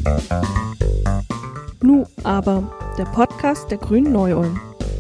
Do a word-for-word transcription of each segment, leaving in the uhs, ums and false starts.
Nu aber, der Podcast der Grünen Neu-Ulm.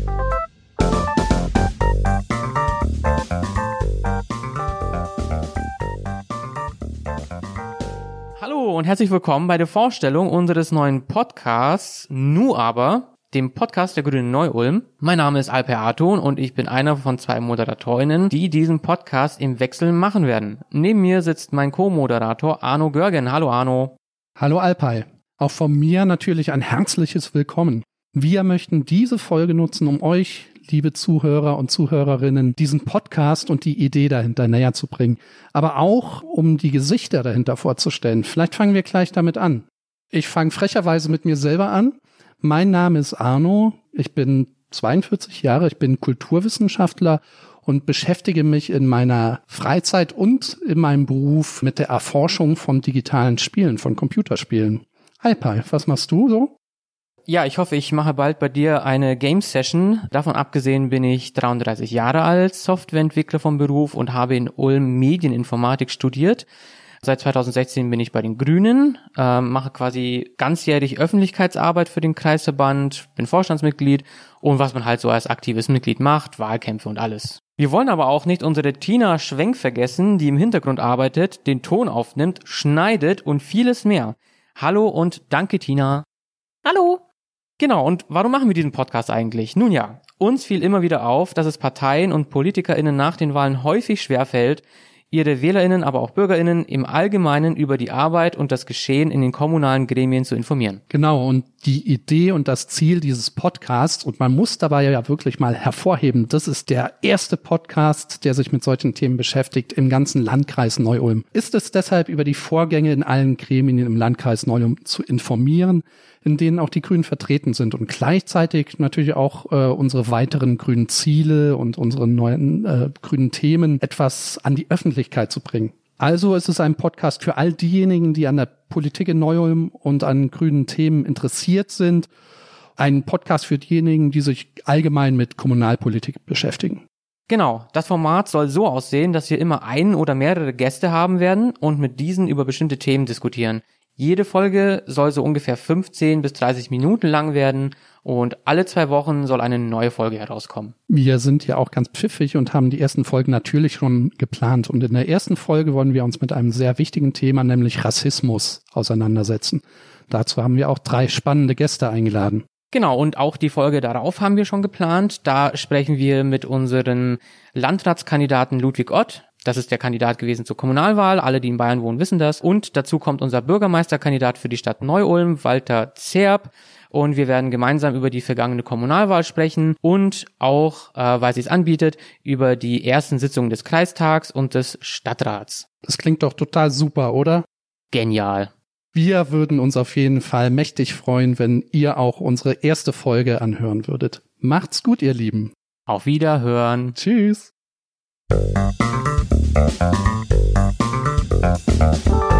Hallo und herzlich willkommen bei der Vorstellung unseres neuen Podcasts Nu aber, dem Podcast der Grünen Neu-Ulm. Mein Name ist Alper Arton und ich bin einer von zwei Moderatorinnen, die diesen Podcast im Wechsel machen werden. Neben mir sitzt mein Co-Moderator Arno Görgen. Hallo Arno. Hallo Alpay. Auch von mir natürlich ein herzliches Willkommen. Wir möchten diese Folge nutzen, um euch, liebe Zuhörer und Zuhörerinnen, diesen Podcast und die Idee dahinter näher zu bringen. Aber auch, um die Gesichter dahinter vorzustellen. Vielleicht fangen wir gleich damit an. Ich fange frecherweise mit mir selber an. Mein Name ist Arno. Ich bin zweiundvierzig Jahre. Ich bin Kulturwissenschaftler und beschäftige mich in meiner Freizeit und in meinem Beruf mit der Erforschung von digitalen Spielen, von Computerspielen. Alpay, was machst du so? Ja, ich hoffe, ich mache bald bei dir eine Game-Session. Davon abgesehen bin ich dreiunddreißig Jahre alt, Softwareentwickler vom Beruf und habe in Ulm Medieninformatik studiert. Seit zweitausendsechzehn bin ich bei den Grünen, äh, mache quasi ganzjährig Öffentlichkeitsarbeit für den Kreisverband, bin Vorstandsmitglied und was man halt so als aktives Mitglied macht, Wahlkämpfe und alles. Wir wollen aber auch nicht unsere Tina Schwenk vergessen, die im Hintergrund arbeitet, den Ton aufnimmt, schneidet und vieles mehr. Hallo und danke, Tina. Hallo. Genau, und warum machen wir diesen Podcast eigentlich? Nun ja, uns fiel immer wieder auf, dass es Parteien und PolitikerInnen nach den Wahlen häufig schwerfällt, ihre WählerInnen, aber auch BürgerInnen im Allgemeinen über die Arbeit und das Geschehen in den kommunalen Gremien zu informieren. Genau, und die Idee und das Ziel dieses Podcasts, und man muss dabei ja wirklich mal hervorheben, das ist der erste Podcast, der sich mit solchen Themen beschäftigt im ganzen Landkreis Neu-Ulm. Ist es deshalb, über die Vorgänge in allen Gremien im Landkreis Neu-Ulm zu informieren, in denen auch die Grünen vertreten sind und gleichzeitig natürlich auch äh, unsere weiteren grünen Ziele und unsere neuen äh, grünen Themen etwas an die Öffentlichkeit zu bringen. Also ist es ein Podcast für all diejenigen, die an der Politik in Neu-Ulm und an grünen Themen interessiert sind. Ein Podcast für diejenigen, die sich allgemein mit Kommunalpolitik beschäftigen. Genau, das Format soll so aussehen, dass wir immer einen oder mehrere Gäste haben werden und mit diesen über bestimmte Themen diskutieren. Jede Folge soll so ungefähr fünfzehn bis dreißig Minuten lang werden und alle zwei Wochen soll eine neue Folge herauskommen. Wir sind ja auch ganz pfiffig und haben die ersten Folgen natürlich schon geplant. Und in der ersten Folge wollen wir uns mit einem sehr wichtigen Thema, nämlich Rassismus, auseinandersetzen. Dazu haben wir auch drei spannende Gäste eingeladen. Genau, und auch die Folge darauf haben wir schon geplant. Da sprechen wir mit unseren Landratskandidaten Ludwig Ott. Das ist der Kandidat gewesen zur Kommunalwahl. Alle, die in Bayern wohnen, wissen das. Und dazu kommt unser Bürgermeisterkandidat für die Stadt Neu-Ulm, Walter Zerb. Und wir werden gemeinsam über die vergangene Kommunalwahl sprechen und auch, äh, weil sie es anbietet, über die ersten Sitzungen des Kreistags und des Stadtrats. Das klingt doch total super, oder? Genial. Wir würden uns auf jeden Fall mächtig freuen, wenn ihr auch unsere erste Folge anhören würdet. Macht's gut, ihr Lieben. Auf Wiederhören. Tschüss. Thank you.